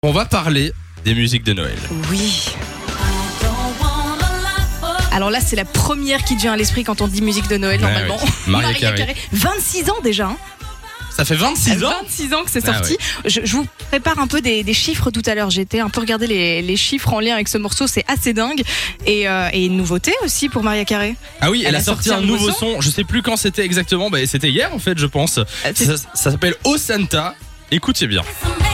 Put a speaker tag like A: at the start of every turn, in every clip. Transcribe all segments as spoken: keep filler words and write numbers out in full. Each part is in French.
A: On va parler des musiques de Noël.
B: Oui. Alors là, c'est la première qui te vient à l'esprit quand on dit musique de Noël,
A: Ouais,
B: normalement.
A: oui. Mariah Carey.
B: vingt-six ans déjà. Hein.
A: Ça fait vingt-six ans
B: vingt-six ans que c'est
A: Ah
B: sorti.
A: ouais.
B: je, je vous prépare un peu des, des chiffres tout à l'heure. J'ai été un peu regarder les, les chiffres en lien avec ce morceau. C'est assez dingue. Et, euh, et une nouveauté aussi pour Mariah Carey.
A: Ah oui, elle,
B: Elle
A: a
B: a
A: sorti,
B: sorti
A: un
B: un
A: nouveau
B: nouveau
A: son. Je sais plus quand c'était exactement. Bah, c'était hier en fait, je pense.
B: c'est-
A: Ça, ça s'appelle Oh Santa. Écoutez bien.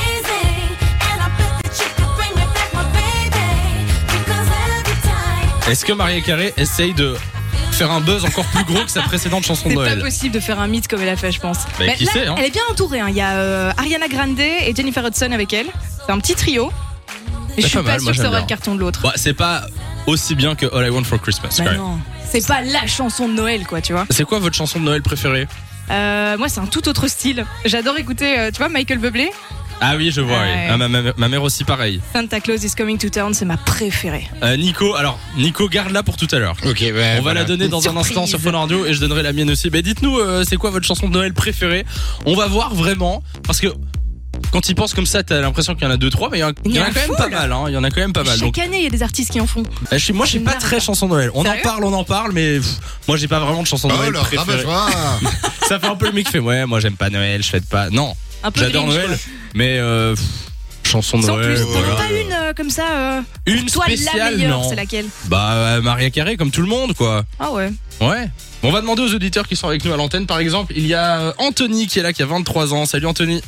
A: Est-ce que Mariah Carey essaye de faire un buzz encore plus gros que sa précédente chanson de
B: C'est pas
A: Noël?
B: possible de faire un mythe comme elle a fait, je pense.
A: Bah, qui
B: là,
A: sait, hein.
B: Elle est bien entourée. hein. Il y a euh, Ariana Grande et Jennifer Hudson avec elle. C'est un petit trio. Et je
A: C'est
B: suis
A: pas
B: pas
A: mal,
B: sûre
A: moi,
B: que ça
A: j'aime
B: aura le
A: bien.
B: carton de l'autre.
A: Bah, c'est pas aussi bien que All I Want for Christmas.
B: Bah
A: quand même.
B: non, c'est pas la chanson de Noël, quoi, tu vois.
A: C'est quoi votre chanson de Noël préférée?
B: Euh, moi, c'est un tout autre style. J'adore écouter, euh, tu vois, Michael Bublé.
A: Ah oui, je vois.
B: Ouais.
A: oui. Ah, ma, ma- ma mère aussi, pareil.
B: Santa Claus is Coming to Town, c'est ma préférée.
A: Euh, Nico, alors Nico, garde-la pour tout à l'heure.
C: Ok, ouais,
A: On va
C: voilà.
A: la donner dans un
B: Surprise.
A: instant sur Fun Radio et je donnerai la mienne aussi. Mais dites-nous, euh, c'est quoi votre chanson de Noël préférée? On va voir vraiment, parce que quand ils pensent comme ça, t'as l'impression qu'il y en a deux trois, mais il y en a, il y en a
B: Il y
A: quand
B: en a
A: même
B: full.
A: pas mal. Hein. Il y en a quand même pas mal.
B: Chaque
A: Donc,
B: année, il y a des artistes qui en font.
A: euh, je suis, moi, je suis
B: C'est
A: pas
B: une
A: très
B: barre.
A: chanson de Noël. On en
B: Sérieux
A: parle, on en parle, mais pff, moi, j'ai pas vraiment de chanson de
C: Oh,
A: Noël
C: le
A: préférée.
C: rabat-joie.
A: Ça fait un peu le mec qui fait, ouais, moi, j'aime pas Noël, je fête pas. Non,
B: Un peu
A: j'adore
B: Grinch,
A: Noël,
B: quoi.
A: mais euh, pff, chanson de
B: Sans
A: Noël.
B: plus, t'en
A: voilà.
B: as pas une euh, comme ça euh,
A: Une
B: Toi, la
A: spéciale,
B: meilleure,
A: non.
B: c'est laquelle?
A: Bah, euh, Mariah Carey, comme tout le monde, quoi.
B: Ah ouais.
A: Ouais. Bon, on va demander aux auditeurs qui sont avec nous à l'antenne. Par exemple, il y a euh, Anthony qui est là, qui a vingt-trois ans. Salut Anthony.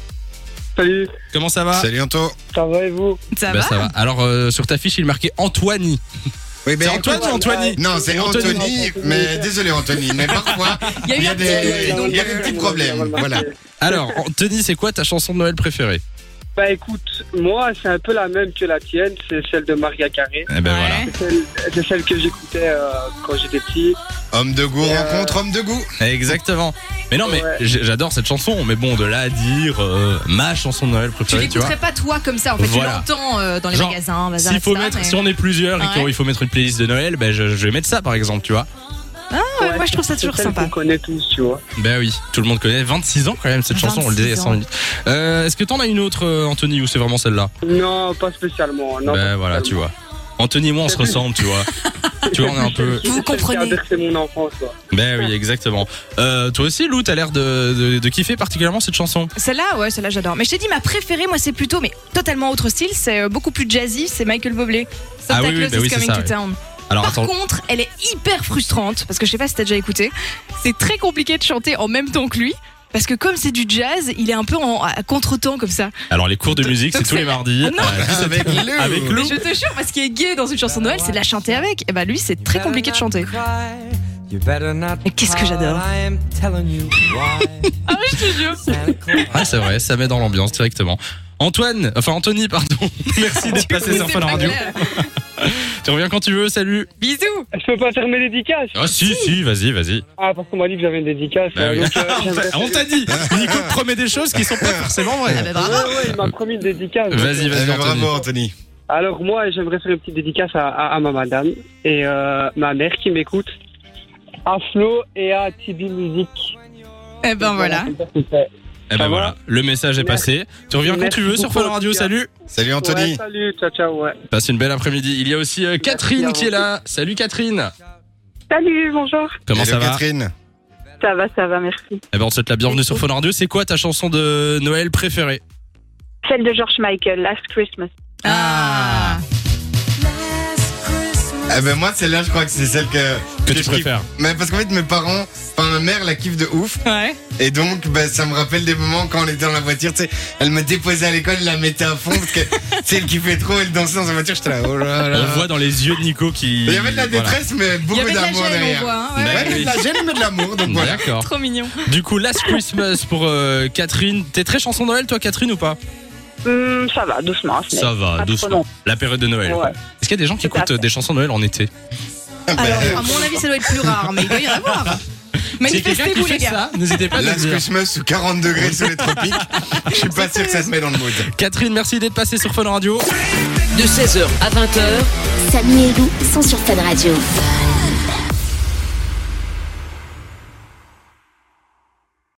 D: Salut,
A: Comment ça va?
C: Salut Anto.
D: ça va et vous?
B: Ça
A: Bah,
B: va?
A: ça va. Alors, euh, sur ta fiche, il est marqué Antoine.
C: Oui,
A: C'est Antoine ou Antoine?
C: Non, c'est
A: Anthony.
C: Anthony, mais désolé Anthony, mais parfois
B: Il y a eu
C: il y
B: un
C: a
B: petit
C: des,
B: doute, donc,
C: il y a des petits problèmes. Voilà.
A: Alors, Anthony, c'est quoi ta chanson de Noël préférée?
D: Bah écoute, moi c'est un peu la même que la tienne, c'est celle de Mariah Carey.
A: Eh ben
B: Ouais.
A: voilà.
D: C'est celle, c'est celle que j'écoutais euh, quand j'étais petit.
C: Homme de goût
D: Euh,
C: rencontre homme de goût.
A: Exactement. Mais non, mais
D: Ouais.
A: j'- j'adore cette chanson. Mais bon, de là à dire euh, ma chanson de Noël
B: Tu
A: préférée, tu vois.
B: l'écouterais pas toi comme ça, en fait,
A: Voilà.
B: tu l'entends euh, dans les
A: Genre,
B: magasins, bazar,
A: S'il faut
B: et cetera,
A: mettre,
B: mais-
A: si on est plusieurs et
B: Ouais.
A: qu'il faut mettre une playlist de Noël, ben je, je vais mettre ça par exemple, tu vois.
B: Ah, ouais, moi je trouve ça
D: c'est
B: toujours
D: celle
B: sympa.
D: qu'on connaît tous, tu vois.
A: Ben oui, tout le monde connaît. vingt-six ans quand même cette chanson, on le disait il y a
B: vingt-six
A: cinq minutes. Euh, Est-ce que t'en as une autre, euh, Anthony, ou c'est vraiment celle-là?
D: Non, pas spécialement. Non,
A: Ben
D: pas
A: voilà, tu
D: spécialement.
A: vois. Anthony et moi on se ressemble, tu vois. Tu vois, on est un peu.
B: Vous
D: C'est celle
B: comprenez.
D: qui a bercé mon enfance, quoi.
A: Ben oui, exactement. Euh, toi aussi, Lou, t'as l'air de, de, de kiffer particulièrement cette chanson.
B: Celle-là, ouais, celle-là j'adore. Mais je t'ai dit, ma préférée, moi c'est plutôt, mais totalement autre style, c'est euh, beaucoup plus jazzy, c'est Michael Bublé.
A: Ah
B: Santa
A: oui, oui,
B: Claus
A: bah
B: is
A: oui, c'est
B: Coming
A: ça,
B: to
A: ouais.
B: Town.
A: Alors
B: Par
A: attends.
B: contre, elle est hyper frustrante, parce que je sais pas si t'as déjà écouté, c'est très compliqué de chanter en même temps que lui. Parce que comme c'est du jazz, il est un peu en, à contre-temps comme ça.
A: Alors les cours de musique, c'est
B: Donc
A: tous les
B: c'est-
A: mardis.
B: Ah non.
A: euh,
C: Avec Lou.
A: Avec Lou.
B: Mais je te jure, parce qu'il est gay dans une chanson de Noël, c'est de la chanter avec. Et bah lui, c'est très compliqué de chanter.
E: Mais
B: qu'est-ce que j'adore. Ah ouais, je te jure.
A: Ah, c'est vrai, ça met dans l'ambiance directement. Antoine, enfin Anthony, pardon. Merci d'être passé sur
B: C'est
A: Fun
B: pas
A: Radio.
B: clair.
A: Tu reviens quand tu veux, salut.
B: Bisous.
D: Je peux pas faire mes dédicaces.
A: Ah si, si, vas-y, vas-y.
D: Ah, parce qu'on m'a dit que j'avais une dédicace.
A: Bah oui.
D: donc, euh, j'aimerais
A: On t'a dit, Nico te promet des choses qui sont pas forcément vraies.
B: Ah bah
D: faire-
B: bravo.
D: Ouais, ouais, il m'a promis une dédicace. donc,
A: Vas-y,
D: euh,
C: Eh
A: vas-y,
C: ben,
A: Anthony.
C: bravo Anthony.
D: Alors moi, j'aimerais faire une petite dédicace à, à, à ma madame et euh, ma mère qui m'écoute, à Flo et à Tibi Music.
B: Eh ben voilà.
D: Comme ça, c'est fait.
A: Eh ben
D: Ça
A: voilà,
D: va
A: le message est passé. Tu reviens quand
D: Merci
A: tu veux sur
D: beaucoup,
A: Fun Radio,
D: en tout cas.
A: salut.
C: Salut
D: Ouais,
C: Anthony.
D: salut, ciao, ciao, ouais.
A: Passe une belle après-midi. Il y a aussi euh, Catherine
D: Merci à
A: qui est
D: vous.
A: là. Salut Catherine.
F: Salut, bonjour.
A: Comment
C: Hello,
A: ça va?
C: Catherine.
F: Ça va, ça va, merci.
A: Eh ben on te souhaite la bienvenue sur Fun Radio. C'est quoi ta chanson de Noël préférée?
F: Celle de George Michael, Last Christmas.
B: Ah.
C: Eh ben moi celle-là je crois que c'est celle que
A: Que tu
C: je kiffe.
A: préfères?
C: Mais parce qu'en fait mes parents, enfin ma mère la kiffe de ouf.
B: Ouais.
C: Et donc, bah, ça me rappelle des moments quand on était dans la voiture, tu sais, elle me déposait à l'école, elle la mettait à fond parce que c'est elle kiffait trop, elle dansait dans sa voiture, j'étais là, oh là là.
A: On voit dans les yeux de Nico qui.
C: Il y avait de la
A: Voilà.
C: détresse, mais
B: Il y
C: beaucoup
B: avait de la
C: d'amour
B: gêne, on
C: derrière.
B: voit. Hein,
A: Bah
B: ouais.
C: Ouais,
A: oui.
C: de la gêne, mais de l'amour, donc voilà.
A: D'accord.
B: Trop mignon.
A: Du coup, Last Christmas pour euh, Catherine. T'es très chanson de Noël, toi, Catherine, ou pas?
F: Hum, ça va, doucement. mais
A: Ça va,
F: pas trop
A: doucement.
F: long.
A: La période de Noël.
F: Ouais.
A: Est-ce qu'il y a des gens qui
F: Tout à
A: écoutent euh,
F: fait.
A: des chansons de Noël en été?
B: Alors, à mon avis, ça doit être plus rare, mais il doit y en avoir.
A: C'est quelqu'un qui
B: Manifestez-vous, les
A: fait
B: gars.
A: ça? N'hésitez pas à nous
C: Last
A: dire.
C: Christmas sous quarante degrés sous les tropiques, je suis pas sûr que ça se met dans le mood.
A: Catherine, merci d'être passée sur Fun Radio.
G: De seize heures à vingt heures,
H: Samy et Lou sont sur Fun Radio.